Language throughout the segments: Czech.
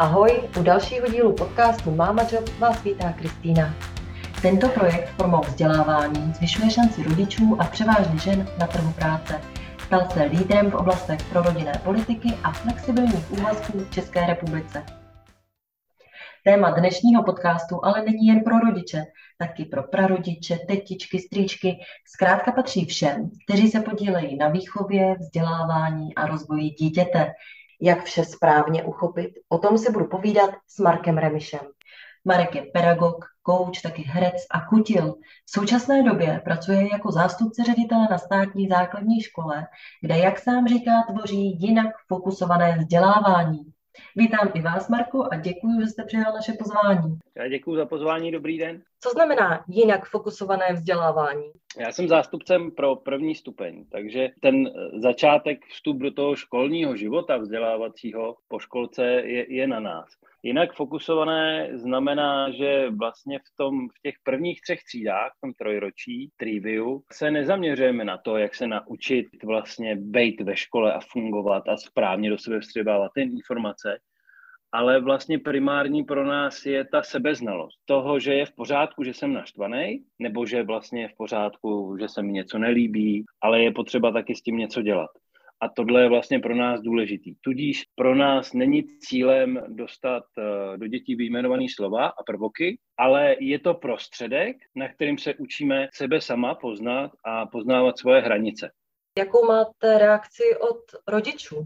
Ahoj, u dalšího dílu podcastu Máma Job vás vítá Kristýna. Tento projekt formou vzdělávání zvyšuje šanci rodičů a převážně žen na trhu práce. Stal se lídrem v oblastech prorodinné politiky a flexibilních úvazků v České republice. Téma dnešního podcastu ale není jen pro rodiče, taky pro prarodiče, tetičky, strýčky, zkrátka patří všem, kteří se podílejí na výchově, vzdělávání a rozvoji dítěte. Jak vše správně uchopit, o tom si budu povídat s Markem Remišem. Marek je pedagog, kouč, taky herec a kutil. V současné době pracuje jako zástupce ředitele na státní základní škole, kde, jak sám říká, tvoří jinak fokusované vzdělávání. Vítám i vás, Marku, a děkuji, že jste přijal naše pozvání. Já děkuji za pozvání, dobrý den. Co znamená jinak fokusované vzdělávání? Já jsem zástupcem pro první stupeň, takže ten začátek, vstup do toho školního života vzdělávacího po školce je na nás. Jinak fokusované znamená, že vlastně v těch prvních 3 třídách, v tom trojročí, triviu, se nezaměřujeme na to, jak se naučit vlastně bejt ve škole a fungovat a správně do sebe vstřebávat ty informace, ale vlastně primární pro nás je ta sebeznalost toho, že je v pořádku, že jsem naštvaný, nebo že vlastně je v pořádku, že se mi něco nelíbí, ale je potřeba taky s tím něco dělat. A tohle je vlastně pro nás důležitý. Tudíž pro nás není cílem dostat do dětí vyjmenované slova a prvoky, ale je to prostředek, na kterým se učíme sebe sama poznat a poznávat svoje hranice. Jakou máte reakci od rodičů?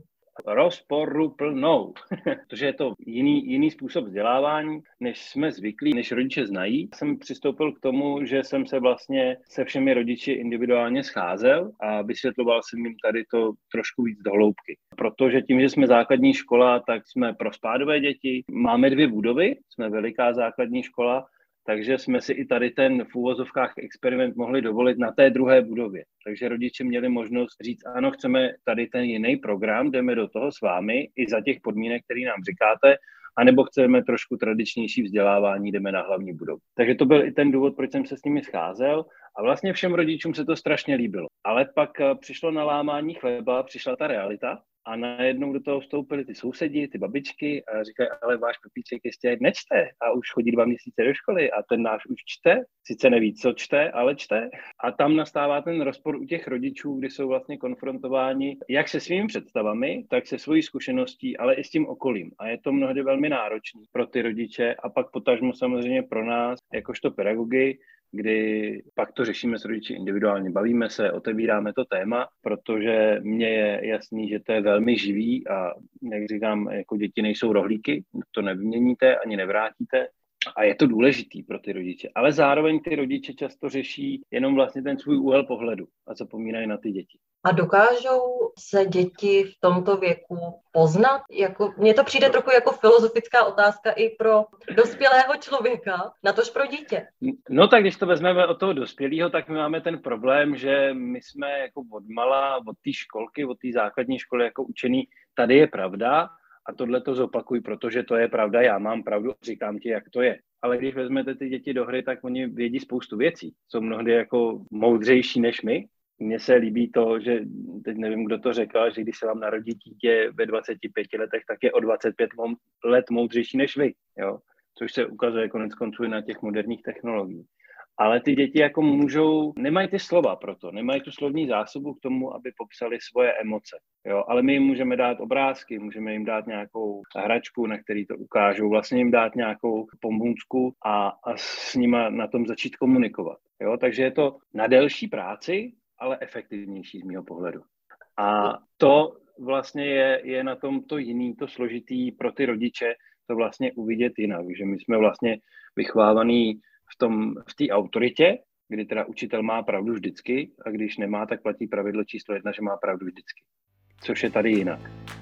Rozporuplnou, protože je to jiný způsob vzdělávání, než jsme zvyklí, než rodiče znají. Jsem přistoupil k tomu, že jsem se vlastně se všemi rodiči individuálně scházel a vysvětloval jsem jim tady to trošku víc do hloubky. Protože tím, že jsme základní škola, tak jsme pro spádové děti. Máme 2 budovy, jsme veliká základní škola, takže jsme si i tady ten v úvozovkách experiment mohli dovolit na té druhé budově. Takže rodiče měli možnost říct, ano, chceme tady ten jiný program, jdeme do toho s vámi i za těch podmínek, které nám říkáte, anebo chceme trošku tradičnější vzdělávání, jdeme na hlavní budovu. Takže to byl i ten důvod, proč jsem se s nimi scházel a vlastně všem rodičům se to strašně líbilo. Ale pak přišlo na lámání chleba, přišla ta realita. A najednou do toho vstoupili ty sousedi, ty babičky a říkají, ale váš Pepíček ještě nečte a už chodí 2 měsíce do školy a ten náš už čte, sice neví, co čte, ale čte. A tam nastává ten rozpor u těch rodičů, kdy jsou vlastně konfrontováni jak se svými představami, tak se svojí zkušeností, ale i s tím okolím. A je to mnohdy velmi náročné pro ty rodiče a pak potažmo samozřejmě pro nás, jakožto pedagogy, kdy pak to řešíme s rodiči individuálně, bavíme se, otevíráme to téma, protože mně je jasný, že to je velmi živý a jak říkám, jako děti nejsou rohlíky, to nevyměníte ani nevrátíte a je to důležitý pro ty rodiče, ale zároveň ty rodiče často řeší jenom vlastně ten svůj úhel pohledu a zapomínají na ty děti. A dokážou se děti v tomto věku poznat? Mně to přijde trochu jako filozofická otázka i pro dospělého člověka, natož pro dítě. No tak když to vezmeme od toho dospělého, tak my máme ten problém, že my jsme jako odmala, od té školky, od té základní školy jako učený, tady je pravda a tohle to zopakuj, protože to je pravda, já mám pravdu, říkám ti, jak to je. Ale když vezmete ty děti do hry, tak oni vědí spoustu věcí. Jsou mnohdy jako moudřejší než my. Mně se líbí to, že teď nevím, kdo to řekl, že když se vám narodí dítě ve 25 letech, tak je o 25 let moudřejší než vy, jo? Což se ukazuje konec konců i na těch moderních technologiích. Ale ty děti jako nemají ty slova pro to, nemají tu slovní zásobu k tomu, aby popsali svoje emoce. Jo? Ale my jim můžeme dát obrázky, můžeme jim dát nějakou hračku, na který to ukážou, vlastně jim dát nějakou pomůcku a s nima na tom začít komunikovat. Jo? Takže je to na delší práci, ale efektivnější z mého pohledu. A to vlastně je na tom to jiný, to složitý pro ty rodiče, to vlastně uvidět jinak, že my jsme vlastně vychovávaný v té autoritě, kdy teda učitel má pravdu vždycky a když nemá, tak platí pravidlo číslo 1, že má pravdu vždycky. Což je tady jinak.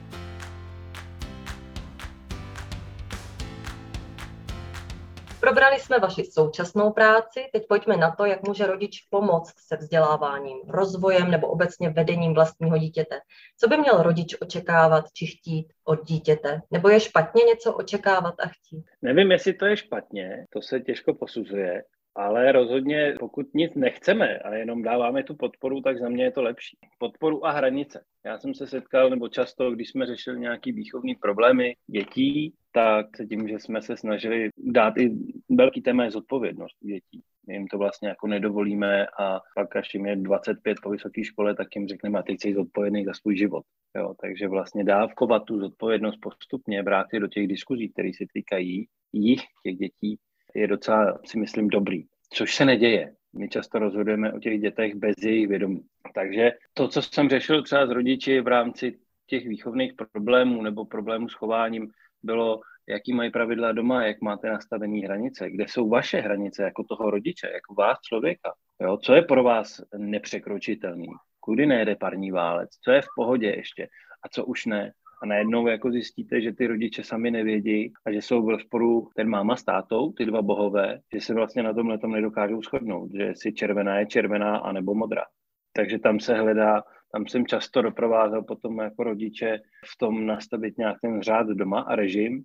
Probrali jsme vaši současnou práci, teď pojďme na to, jak může rodič pomoct se vzděláváním, rozvojem nebo obecně vedením vlastního dítěte. Co by měl rodič očekávat či chtít od dítěte? Nebo je špatně něco očekávat a chtít? Nevím, jestli to je špatně, to se těžko posuzuje, Ale rozhodně, pokud nic nechceme a jenom dáváme tu podporu, tak za mě je to lepší. Podporu a hranice. Já jsem se setkal, nebo často, když jsme řešili nějaký výchovní problémy dětí, tak se tím, že jsme se snažili dát i velký téma zodpovědnost dětí. My jim to vlastně jako nedovolíme a pak, až jim je 25 po vysoké škole, tak jim řekneme, a teď jsi zodpovědný za svůj život. Jo, takže vlastně dávkovat tu zodpovědnost postupně, brát je do těch diskuzí, které se týkají těch dětí, je docela, si myslím, dobrý. Což se neděje. My často rozhodujeme o těch dětech bez jejich vědomí. Takže to, co jsem řešil třeba s rodiči v rámci těch výchovných problémů nebo problémů s chováním, bylo, jaký mají pravidla doma, jak máte nastavené hranice, kde jsou vaše hranice jako toho rodiče, jako vás člověka. Jo? Co je pro vás nepřekročitelný? Kudy nejde parní válec? Co je v pohodě ještě? A co už ne? A najednou jako zjistíte, že ty rodiče sami nevědí a že jsou v rozporu ten máma s tátou, ty dva bohové, že se vlastně na tomhletom nedokážou shodnout, že si červená je červená anebo modrá. Takže tam se hledá, tam jsem často doprovázel potom jako rodiče v tom nastavit nějak ten řád doma a režim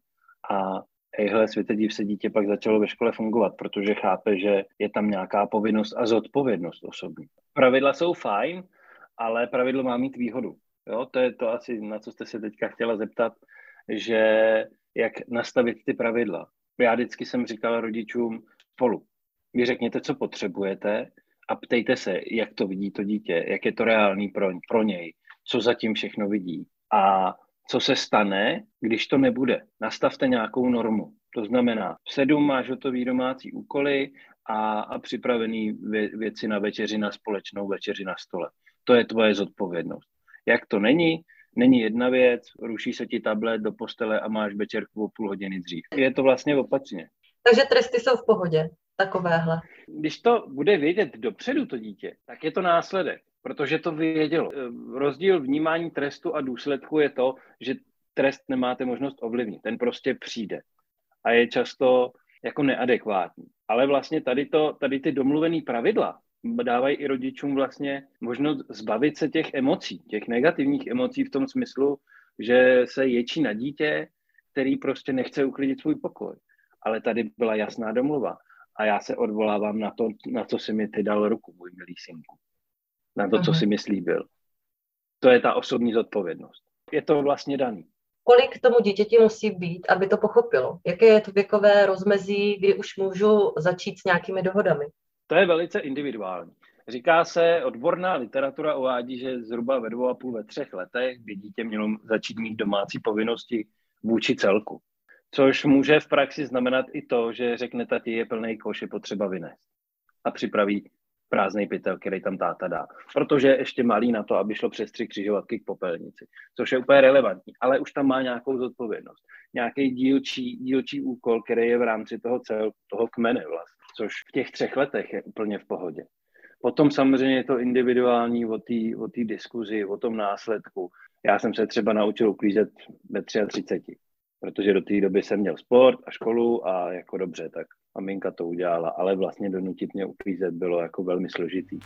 a hejhle, světe div se dítě pak začalo ve škole fungovat, protože chápe, že je tam nějaká povinnost a zodpovědnost osobní. Pravidla jsou fajn, ale pravidlo má mít výhodu. Jo, to je to asi, na co jste se teďka chtěla zeptat, že jak nastavit ty pravidla. Já vždycky jsem říkal rodičům spolu. Vy řekněte, co potřebujete a ptejte se, jak to vidí to dítě, jak je to reálný pro něj, co zatím všechno vidí a co se stane, když to nebude. Nastavte nějakou normu. To znamená, v 7 máš hotový domácí úkoly a připravený věci na večeři, na společnou večeři na stole. To je tvoje zodpovědnost. Jak to není jedna věc, ruší se ti tablet do postele a máš večerku o půl hodiny dřív. Je to vlastně opačně. Takže tresty jsou v pohodě, takovéhle. Když to bude vědět dopředu to dítě, tak je to následek, protože to vědělo. Rozdíl vnímání trestu a důsledku je to, že trest nemáte možnost ovlivnit. Ten prostě přijde a je často jako neadekvátní. Ale vlastně tady ty domluvený pravidla dávají i rodičům vlastně možnost zbavit se těch emocí, těch negativních emocí v tom smyslu, že se ječí na dítě, který prostě nechce uklidit svůj pokoj. Ale tady byla jasná domluva. A já se odvolávám na to, na co si mi ty dal ruku, můj milý synku. Na to, co si mi slíbil. To je ta osobní zodpovědnost. Je to vlastně daný. Kolik tomu dítěti musí být, aby to pochopilo? Jaké je to věkové rozmezí, kdy už můžu začít s nějakými dohodami? To je velice individuální. Říká se, odborná literatura uvádí, že zhruba ve 2,5, ve 3 letech by dítě mělo začít mít domácí povinnosti vůči celku. Což může v praxi znamenat i to, že řekne tati, je plný koš, je potřeba vynést. A připraví prázdnej pytel, který tam táta dá. Protože je ještě malý na to, aby šlo přes 3 křižovatky k popelnici. Což je úplně relevantní, ale už tam má nějakou zodpovědnost. Nějaký dílčí úkol, který je v rámci toho kmene vlastně. Což v těch 3 letech je úplně v pohodě. Potom samozřejmě je to individuální o té diskuzi, o tom následku. Já jsem se třeba naučil uklízet ve 33, protože do té doby jsem měl sport a školu a jako dobře, tak maminka to udělala, ale vlastně donutit mě uklízet bylo jako velmi složitý.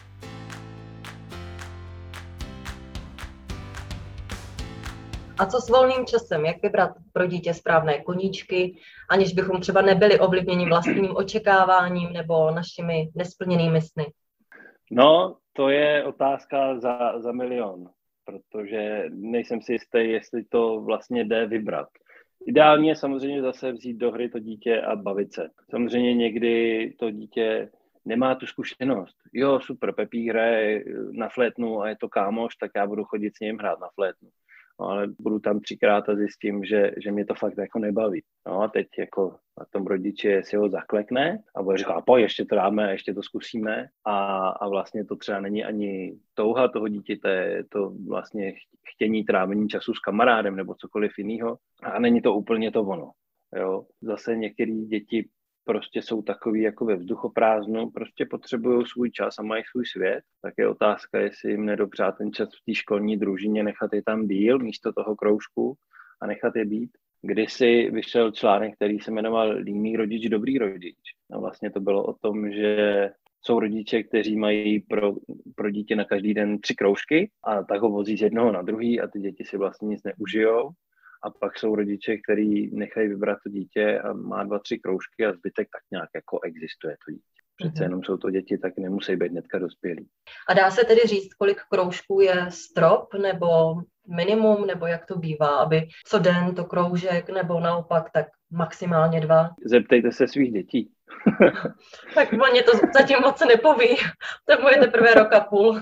A co s volným časem? Jak vybrat pro dítě správné koníčky, aniž bychom třeba nebyli ovlivněni vlastním očekáváním nebo našimi nesplněnými sny? No, to je otázka za milion, protože nejsem si jistý, jestli to vlastně jde vybrat. Ideálně je samozřejmě zase vzít do hry to dítě a bavit se. Samozřejmě někdy to dítě nemá tu zkušenost. Jo, super, Pepík hraje na flétnu a je to kámoš, tak já budu chodit s ním hrát na flétnu. No, ale budu tam 3krát a zjistím, že mě to fakt jako nebaví. No a teď jako na tom rodiči si ho zaklekne a bude říkat, pojď, ještě to dáme, ještě to zkusíme a vlastně to třeba není ani touha toho dítěte, je to vlastně chtění trávení času s kamarádem nebo cokoliv jiného a není to úplně to ono. Jo? Zase některé děti prostě jsou takový jako ve vzduchoprázdnu, prostě potřebují svůj čas a mají svůj svět, tak je otázka, jestli jim nedopřát ten čas v té školní družině, nechat je tam díl místo toho kroužku a nechat je být. Kdysi vyšel článek, který se jmenoval Líný rodič, dobrý rodič. No vlastně to bylo o tom, že jsou rodiče, kteří mají pro dítě na každý den 3 kroužky a tak ho vozí z jednoho na druhý a ty děti si vlastně nic neužijou. A pak jsou rodiče, kteří nechají vybrat to dítě a má 2-3 kroužky a zbytek tak nějak jako existuje to dítě. Přece jenom jsou to děti, tak nemusí být hnedka dospělí. A dá se tedy říct, kolik kroužků je strop, nebo minimum, nebo jak to bývá, aby co den to kroužek, nebo naopak tak maximálně 2? Zeptejte se svých dětí. Tak oni to zatím moc nepoví. To bude teprve rok a půl.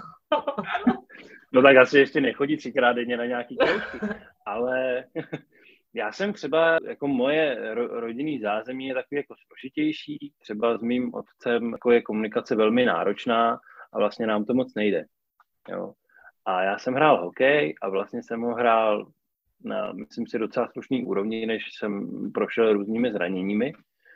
No tak asi ještě nechodí 3krát denně na nějaký kroužky, ale já jsem třeba, jako moje rodinný zázemí je takový jako složitější, třeba s mým otcem jako je komunikace velmi náročná a vlastně nám to moc nejde. Jo. A já jsem hrál hokej a vlastně jsem ho hrál na, myslím si, docela slušný úrovni, než jsem prošel různými zraněními,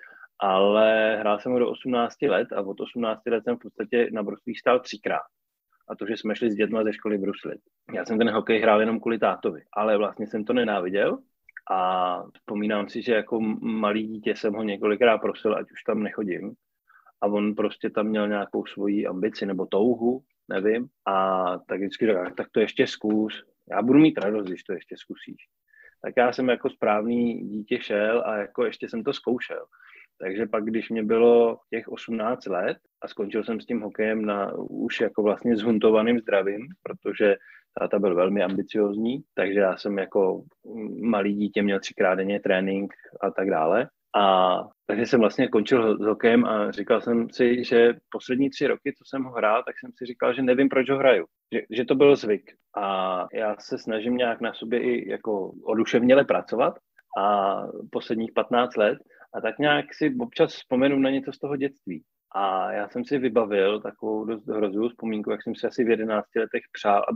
ale hrál jsem ho do 18 let a od 18 let jsem v podstatě na bruslích stál 3krát. A to, že jsme šli s dětma ze školy bruslit. Já jsem ten hokej hrál jenom kvůli tátovi, ale vlastně jsem to nenáviděl a vzpomínám si, že jako malý dítě jsem ho několikrát prosil, ať už tam nechodím. A on prostě tam měl nějakou svoji ambici nebo touhu, nevím. A tak vždycky říkal, tak to ještě zkus. Já budu mít radost, když to ještě zkusíš. Tak já jsem jako správný dítě šel a jako ještě jsem to zkoušel. Takže pak, když mě bylo těch 18 let a skončil jsem s tím hokejem už jako vlastně zhuntovaným zdravím, protože táta byl velmi ambiciózní, takže já jsem jako malý dítě měl 3krát denně trénink a tak dále. A takže jsem vlastně končil s hokejem a říkal jsem si, že poslední 3 roky, co jsem ho hrál, tak jsem si říkal, že nevím, proč ho hraju. Že to byl zvyk. A já se snažím nějak na sobě i jako oduševněle pracovat a posledních 15 let a tak nějak si občas vzpomenu na něco z toho dětství. A já jsem si vybavil takovou dost hrozivou vzpomínku, jak jsem si asi v 11 letech přál,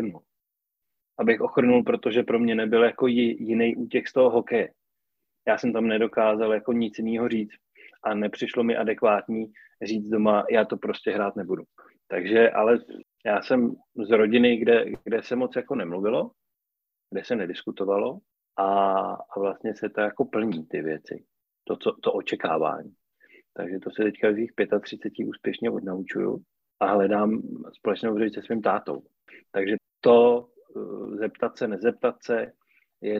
abych ochrnul, protože pro mě nebyl jako jiný útěk z toho hokeje. Já jsem tam nedokázal jako nic jiného říct a nepřišlo mi adekvátní říct doma, já to prostě hrát nebudu. Takže, ale já jsem z rodiny, kde se moc jako nemluvilo, kde se nediskutovalo a vlastně se to jako plní ty věci, to očekávání. Takže to se teďka v 35 úspěšně odnaučuju a hledám společnou řeč se svým tátou. Takže to zeptat se, nezeptat se, je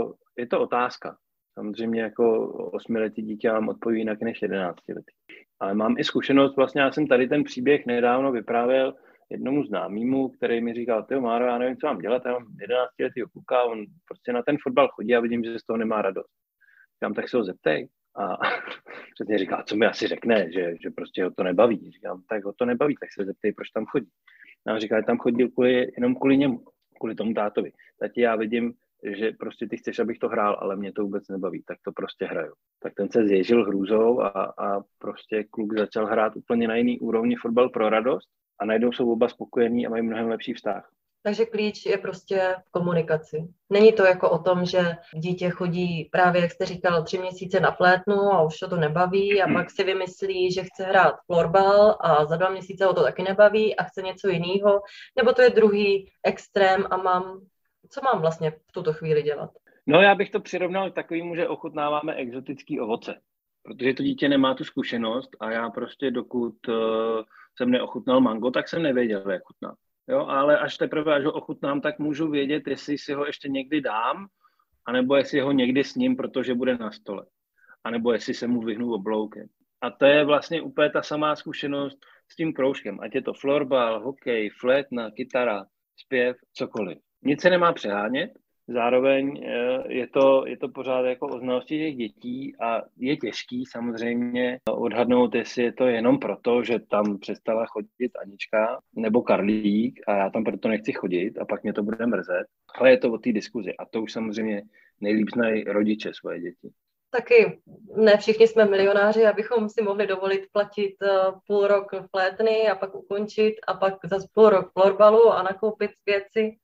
to otázka. Samozřejmě jako 8letý dítě mám odpoví jinak než 11letý. Ale mám i zkušenost, vlastně já jsem tady ten příběh nedávno vyprávěl jednomu známému, který mi říkal, tyjo Máro, já nevím, co mám dělat, já mám 11letýho kluka, on prostě na ten fotbal chodí a vidím, že z toho nemá radost. Říkám, tak se ho zeptej. A přesně říká, co mi asi řekne, že prostě ho to nebaví. Říkám, tak ho to nebaví, tak se zeptej, proč tam chodí. A on říká, že tam chodil jenom kvůli němu, kvůli tomu tátovi. Tati, já vidím, že prostě ty chceš, abych to hrál, ale mě to vůbec nebaví, tak to prostě hraju. Tak ten se zježil hrůzou a prostě kluk začal hrát úplně na jiný úrovni fotbal pro radost a najednou jsou oba spokojení a mají mnohem lepší vztah. Takže klíč je prostě v komunikaci. Není to jako o tom, že dítě chodí právě, jak jste říkal, 3 měsíce na flétnu a už to nebaví a pak si vymyslí, že chce hrát florbal a za 2 měsíce ho to taky nebaví a chce něco jiného. Nebo to je druhý extrém a co mám vlastně v tuto chvíli dělat? No já bych to přirovnal k takovému, že ochutnáváme exotické ovoce. Protože to dítě nemá tu zkušenost a já prostě dokud jsem neochutnal mango, tak jsem nevěděl, jak chutná. Jo, ale až teprve, až ho ochutnám, tak můžu vědět, jestli si ho ještě někdy dám, anebo jestli ho někdy sním, protože bude na stole. A nebo jestli se mu vyhnu obloukem. A to je vlastně úplně ta samá zkušenost s tím kroužkem. Ať je to florbal, hokej, flétna, kytara, zpěv, cokoliv. Nic se nemá přehánět, zároveň je to pořád jako o znalosti těch dětí a je těžký samozřejmě odhadnout, jestli je to jenom proto, že tam přestala chodit Anička nebo Karlík a já tam proto nechci chodit a pak mě to bude mrzet. Ale je to o té diskuzi a to už samozřejmě nejlíp znají rodiče svoje děti. Taky ne všichni jsme milionáři, abychom si mohli dovolit platit půl rok flétny a pak ukončit a pak zase půl rok florbalu a nakoupit věci.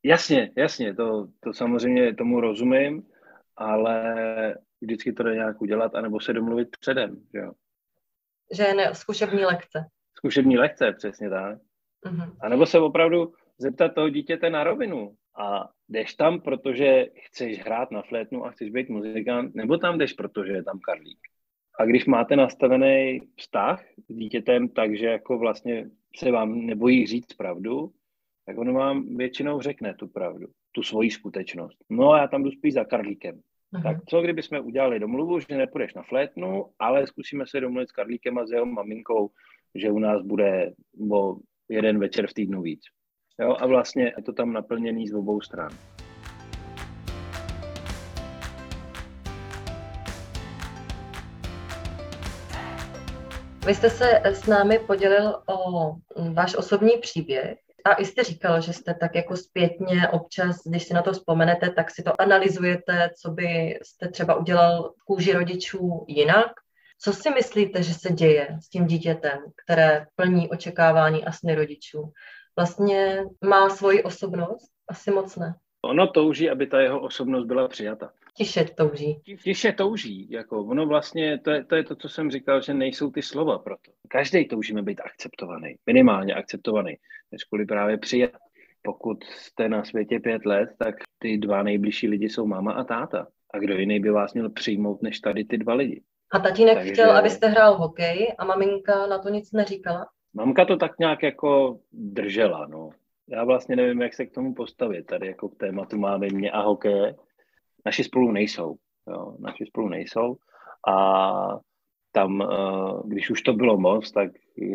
Jasně, to samozřejmě tomu rozumím, ale vždycky to jde nějak udělat, anebo se domluvit předem, že jo. Že ne, zkušební lekce. Zkušební lekce, přesně tak. Mm-hmm. A nebo se opravdu zeptat toho dítěte na rovinu. A jdeš tam, protože chceš hrát na flétnu a chceš být muzikant, nebo tam jdeš, protože je tam Karlík. A když máte nastavený vztah s dítětem, takže jako vlastně se vám nebojí říct pravdu, tak on vám většinou řekne tu pravdu, tu svoji skutečnost. No a já tam jdu spíš za Karlíkem. Tak co kdyby jsme udělali domluvu, že nepůjdeš na flétnu, ale zkusíme se domluvit s Karlíkem a s jeho maminkou, že u nás bude o jeden večer v týdnu víc. Jo? A vlastně je to tam naplněný z obou stran. Vy jste se s námi podělil o váš osobní příběh a i jste říkal, že jste tak jako zpětně občas, když si na to vzpomenete, tak si to analyzujete, co by jste třeba udělal v kůži rodičů jinak. Co si myslíte, že se děje s tím dítětem, které plní očekávání a sny rodičů? Vlastně má svoji osobnost? Asi moc ne. Ono touží, aby ta jeho osobnost byla přijata. Tiše touží. Tiše touží. Jako ono vlastně, to je to, co jsem říkal, že nejsou ty slova pro to. Každý toužíme být akceptovaný, minimálně akceptovaný, než kvůli právě přijat. Pokud jste na světě 5 let, tak ty 2 nejbližší lidi jsou máma a táta. A kdo jiný by vás měl přijmout, než tady ty 2 lidi? A tatínek chtěl, abyste hrál hokej a maminka na to nic neříkala? Mamka to tak nějak jako držela, no. Já vlastně nevím, jak se k tomu postavit. Tady jako k tématu máme mě a hokeje. Naši spolu nejsou. A tam, když už to bylo moc, tak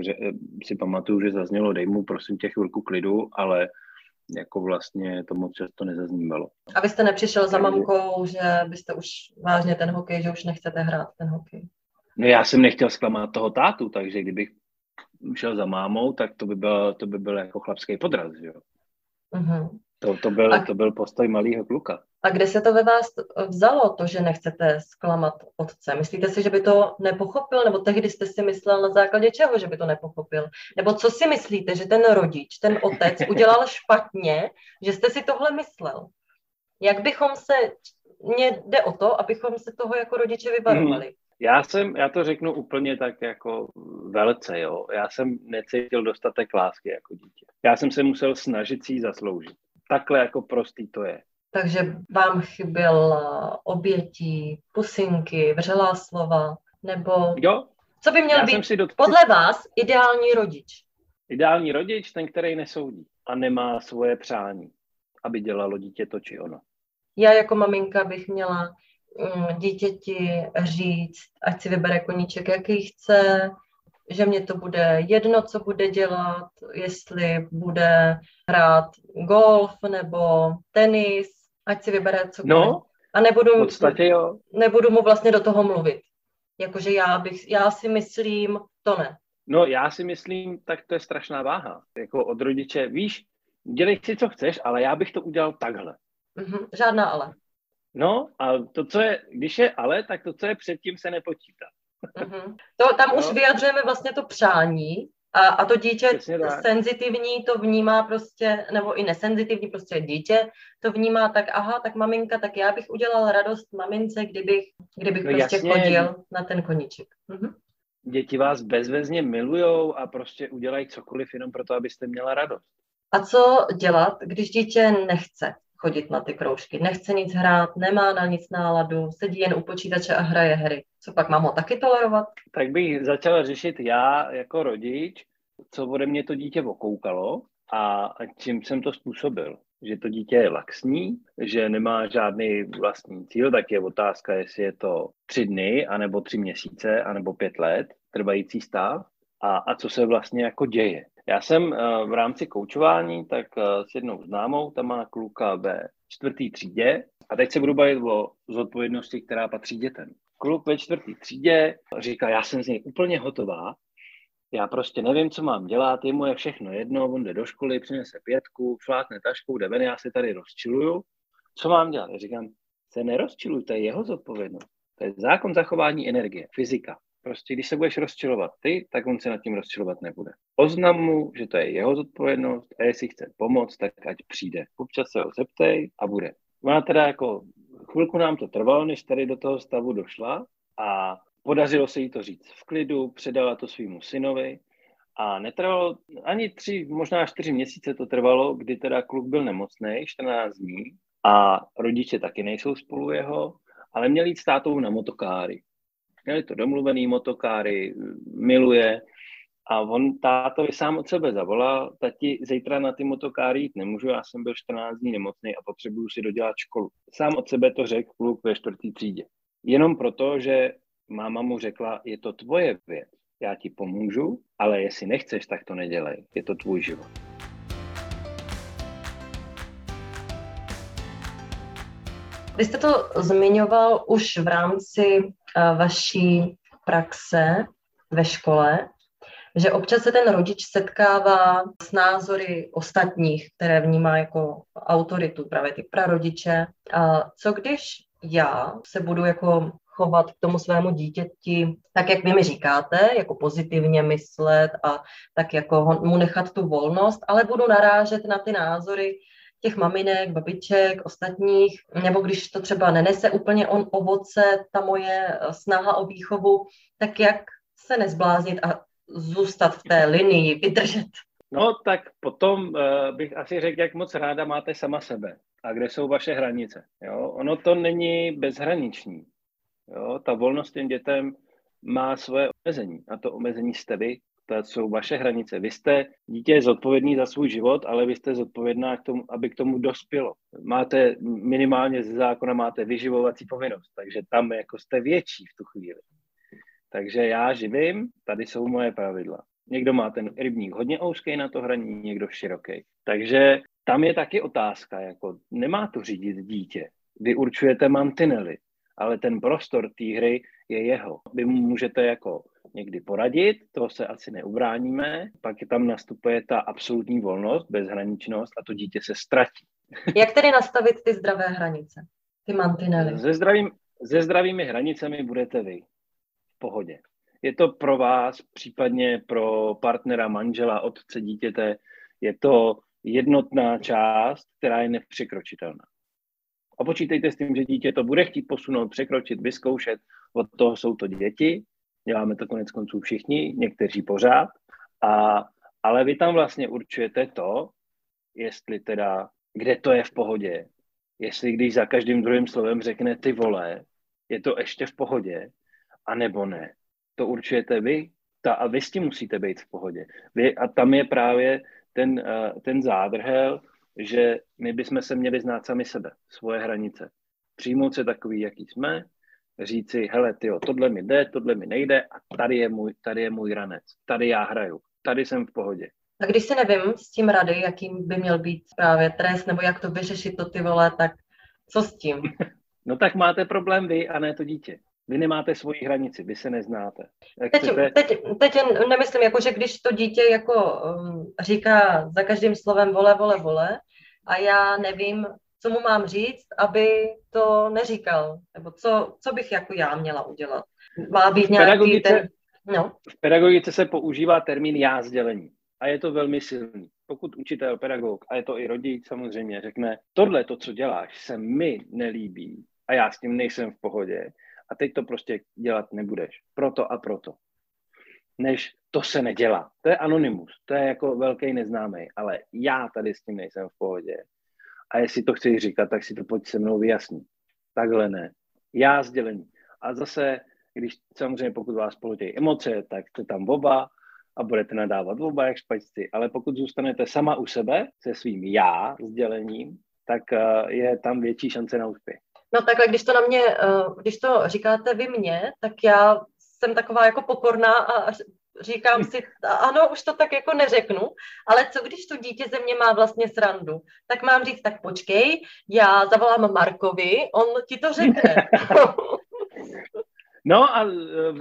si pamatuju, že zaznělo dej mu prosím tě chvilku klidu, ale jako vlastně to moc často nezaznívalo. A vy jste nepřišel za mamkou, že byste už vážně ten hokej, že už nechcete hrát ten hokej? No já jsem nechtěl zklamat toho tátu, takže kdybych šel za mámou, tak to by byl jako chlapský podraz, jo. Uh-huh. To byl postoj malého kluka. A kde se to ve vás vzalo, to, že nechcete zklamat otce? Myslíte si, že by to nepochopil? Nebo tehdy jste si myslel na základě čeho, že by to nepochopil? Nebo co si myslíte, že ten rodič, ten otec udělal špatně, že jste si tohle myslel? Jak bychom se... Mně jde o to, abychom se toho jako rodiče vyvarovali. Já to řeknu úplně tak jako velce, jo. Já jsem necítil dostatek lásky jako dítě. Já jsem se musel snažit si ji zasloužit. Takhle jako prostý to je. Takže vám chyběl obětí, pusinky, vřelá slova, nebo... Jo. Co by měl být podle vás ideální rodič? Ideální rodič, ten, který nesoudí a nemá svoje přání, aby dělalo dítě to či ono. Já jako maminka bych měla dítěti říct, ať si vybere koníček, jaký chce, že mě to bude jedno, co bude dělat, jestli bude hrát golf nebo tenis, ať si vybere cokoliv. No, a nebudu mu vlastně do toho mluvit. Jakože já si myslím, to ne. No, já si myslím, tak to je strašná váha. Jako od rodiče, víš, dělej si, co chceš, ale já bych to udělal takhle. Žádná ale. No, a to, co je, když je ale, tak to, co je předtím, se nepočítá. Tam už vyjadřujeme vlastně to přání a to dítě senzitivní to vnímá prostě, nebo i nesenzitivní, prostě dítě to vnímá tak, aha, tak maminka, tak já bych udělal radost mamince, kdybych prostě chodil na ten koníček. Děti vás bezvezně milujou a prostě udělají cokoliv jenom proto, abyste měla radost. A co dělat, když dítě nechce chodit na ty kroužky, nechce nic hrát, nemá na nic náladu, sedí jen u počítače a hraje hry? Co pak, mám ho taky tolerovat? Tak bych začal řešit já jako rodič, co ode mě to dítě okoukalo a čím jsem to způsobil. Že to dítě je laxní, že nemá žádný vlastní cíl, tak je otázka, jestli je to 3 dny, anebo 3 měsíce, anebo 5 let trvající stav a co se vlastně jako děje. Já jsem v rámci koučování tak s jednou známou, tam má kluka ve 4. třídě a teď se budu bavit o zodpovědnosti, která patří dětem. Kluk ve 4. třídě říká, já jsem z něj úplně hotová, já prostě nevím, co mám dělat, jemu je všechno jedno, on jde do školy, přinese 5, šlákne taškou, jde ven, já se tady rozčiluju. Co mám dělat? Já říkám, se nerozčiluj, to je jeho zodpovědnost. To je zákon zachování energie, fyzika. Prostě když se budeš rozčilovat ty, tak on se nad tím rozčilovat nebude. Oznam mu, že to je jeho zodpovědnost a jestli chce pomoct, tak ať přijde. Občas se ho zeptej a bude. Ona teda jako chvilku nám to trvalo, než tady do toho stavu došla a podařilo se jí to říct v klidu, předala to svýmu synovi a netrvalo ani 3, možná 4 měsíce to trvalo, kdy teda kluk byl nemocný, 14 dní a rodiče taky nejsou spolu jeho, ale měli jít s tátou na motokáry. Měli to domluvený motokáry, miluje A on, tátovi sám od sebe zavolal, tati, zítra na ty motokáry jít nemůžu, já jsem byl 14 dní nemocný a potřebuju si dodělat školu. Sám od sebe to řekl kluk ve 4. třídě. Jenom proto, že máma mu řekla, je to tvoje věc, já ti pomůžu, ale jestli nechceš, tak to nedělej, je to tvůj život. Vy jste to zmiňoval už v rámci vaší praxe ve škole, že občas se ten rodič setkává s názory ostatních, které vnímá jako autoritu, právě ty prarodiče. A co když já se budu jako chovat k tomu svému dítěti, tak jak vy mi říkáte, jako pozitivně myslet a tak jako mu nechat tu volnost, ale budu narážet na ty názory těch maminek, babiček, ostatních, nebo když to třeba nenese úplně ovoce, ta moje snaha o výchovu, tak jak se nezbláznit a zůstat v té linii, vydržet? No tak potom bych asi řekl, jak moc ráda máte sama sebe a kde jsou vaše hranice. Jo? Ono to není bezhraniční. Jo? Ta volnost těm dětem má svoje omezení a to omezení jste vy. To jsou vaše hranice. Vy jste dítě zodpovědný za svůj život, ale vy jste zodpovědná k tomu, aby k tomu dospělo. Máte minimálně ze zákona máte vyživovací povinnost, takže tam jako jste větší v tu chvíli. Takže já živím, tady jsou moje pravidla. Někdo má ten rybník hodně úzký na to hraní, někdo široký. Takže tam je taky otázka, jako nemá to řídit dítě. Vy určujete mantinely, ale ten prostor té hry je jeho. Vy mu můžete jako někdy poradit, toho se asi neubráníme, pak tam nastupuje ta absolutní volnost, bezhraničnost a to dítě se ztratí. Jak tedy nastavit ty zdravé hranice, ty mantinely? Se zdravými hranicemi budete vy v pohodě. Je to pro vás, případně pro partnera, manžela, otce dítěte, je to jednotná část, která je nepřekročitelná. A počítejte s tím, že dítě to bude chtít posunout, překročit, vyzkoušet. Od toho jsou to děti, děláme to konec konců všichni, někteří pořád, ale vy tam vlastně určujete to, jestli teda, kde to je v pohodě, jestli když za každým druhým slovem řekne ty vole, je to ještě v pohodě, anebo ne. To určujete vy a vy s tím musíte být v pohodě. A tam je právě ten zádrhel, že my bychom se měli znát sami sebe, svoje hranice. Přijmout se takový, jaký jsme, říci, hele, tyjo, tohle mi jde, tohle mi nejde a tady je můj ranec, tady já hraju, tady jsem v pohodě. A když si nevím s tím rady, jakým by měl být právě trest, nebo jak to vyřešit to ty vole, tak co s tím? No tak máte problém vy a ne to dítě. Vy nemáte svoji hranici, vy se neznáte. Teď nemyslím, jako, že když to dítě jako říká za každým slovem vole, vole, vole a já nevím, co mu mám říct, aby to neříkal, nebo co bych jako já měla udělat. Má být nějaký ten... No. V pedagogice se používá termín já sdělení a je to velmi silný. Pokud učitel, pedagog, a je to i rodič samozřejmě, řekne, tohle to, co děláš, se mi nelíbí a já s tím nejsem v pohodě, a teď to prostě dělat nebudeš. Proto a proto. Než to se nedělá. To je anonymus. To je jako velký neznámý. Ale já tady s tím nejsem v pohodě. A jestli to chceš říkat, tak si to pojď se mnou vyjasnit. Takhle ne. Já sdělení. A zase, když samozřejmě pokud vás polotějí emoce, tak jste tam oba a budete nadávat oba jak špačci. Ale pokud zůstanete sama u sebe se svým já sdělením, tak je tam větší šance na úspěch. No takhle, když to říkáte vy mně, tak já jsem taková jako pokorná a říkám si, ano, už to tak jako neřeknu, ale co když to dítě ze mě má vlastně srandu? Tak mám říct, tak počkej, já zavolám Markovi, on ti to řekne. No a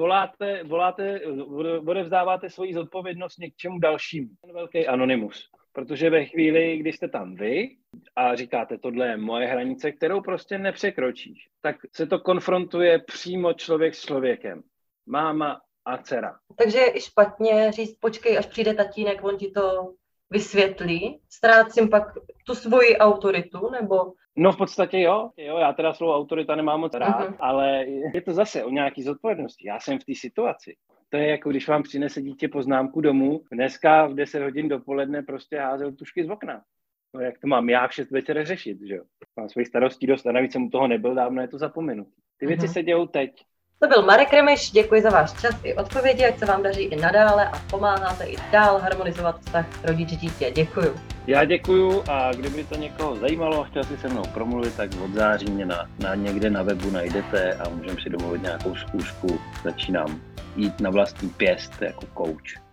odevzdáváte svoji zodpovědnost něčemu dalšímu. Ten velký anonymus. Protože ve chvíli, když jste tam vy a říkáte, tohle je moje hranice, kterou prostě nepřekročíš, tak se to konfrontuje přímo člověk s člověkem. Máma a dcera. Takže je i špatně říct, počkej, až přijde tatínek, on ti to vysvětlí. Ztrácím pak tu svoji autoritu, nebo... No v podstatě jo, já teda slovo autorita nemám moc rád, ale je to zase o nějaký zodpovědnosti. Já jsem v té situaci. To je jako když vám přinese dítě poznámku domů, dneska v 10 hodin dopoledne prostě házel tušky z okna. No jak to mám já v 6 večer řešit, že jo? Mám svých starostí dost a navíc jsem u toho nebyl, dávno je to zapomenutý. Ty věci se dějou teď. To byl Marek Remeš, děkuji za váš čas i odpovědi, ať se vám daří i nadále a pomáháte i dál harmonizovat vztah rodič-dítě. Děkuji. Já děkuju a kdyby to někoho zajímalo a chtěl si se mnou promluvit, tak od září mě na někde na webu najdete a můžeme si domluvit nějakou zkoušku. Začínám jít na vlastní pěst jako coach.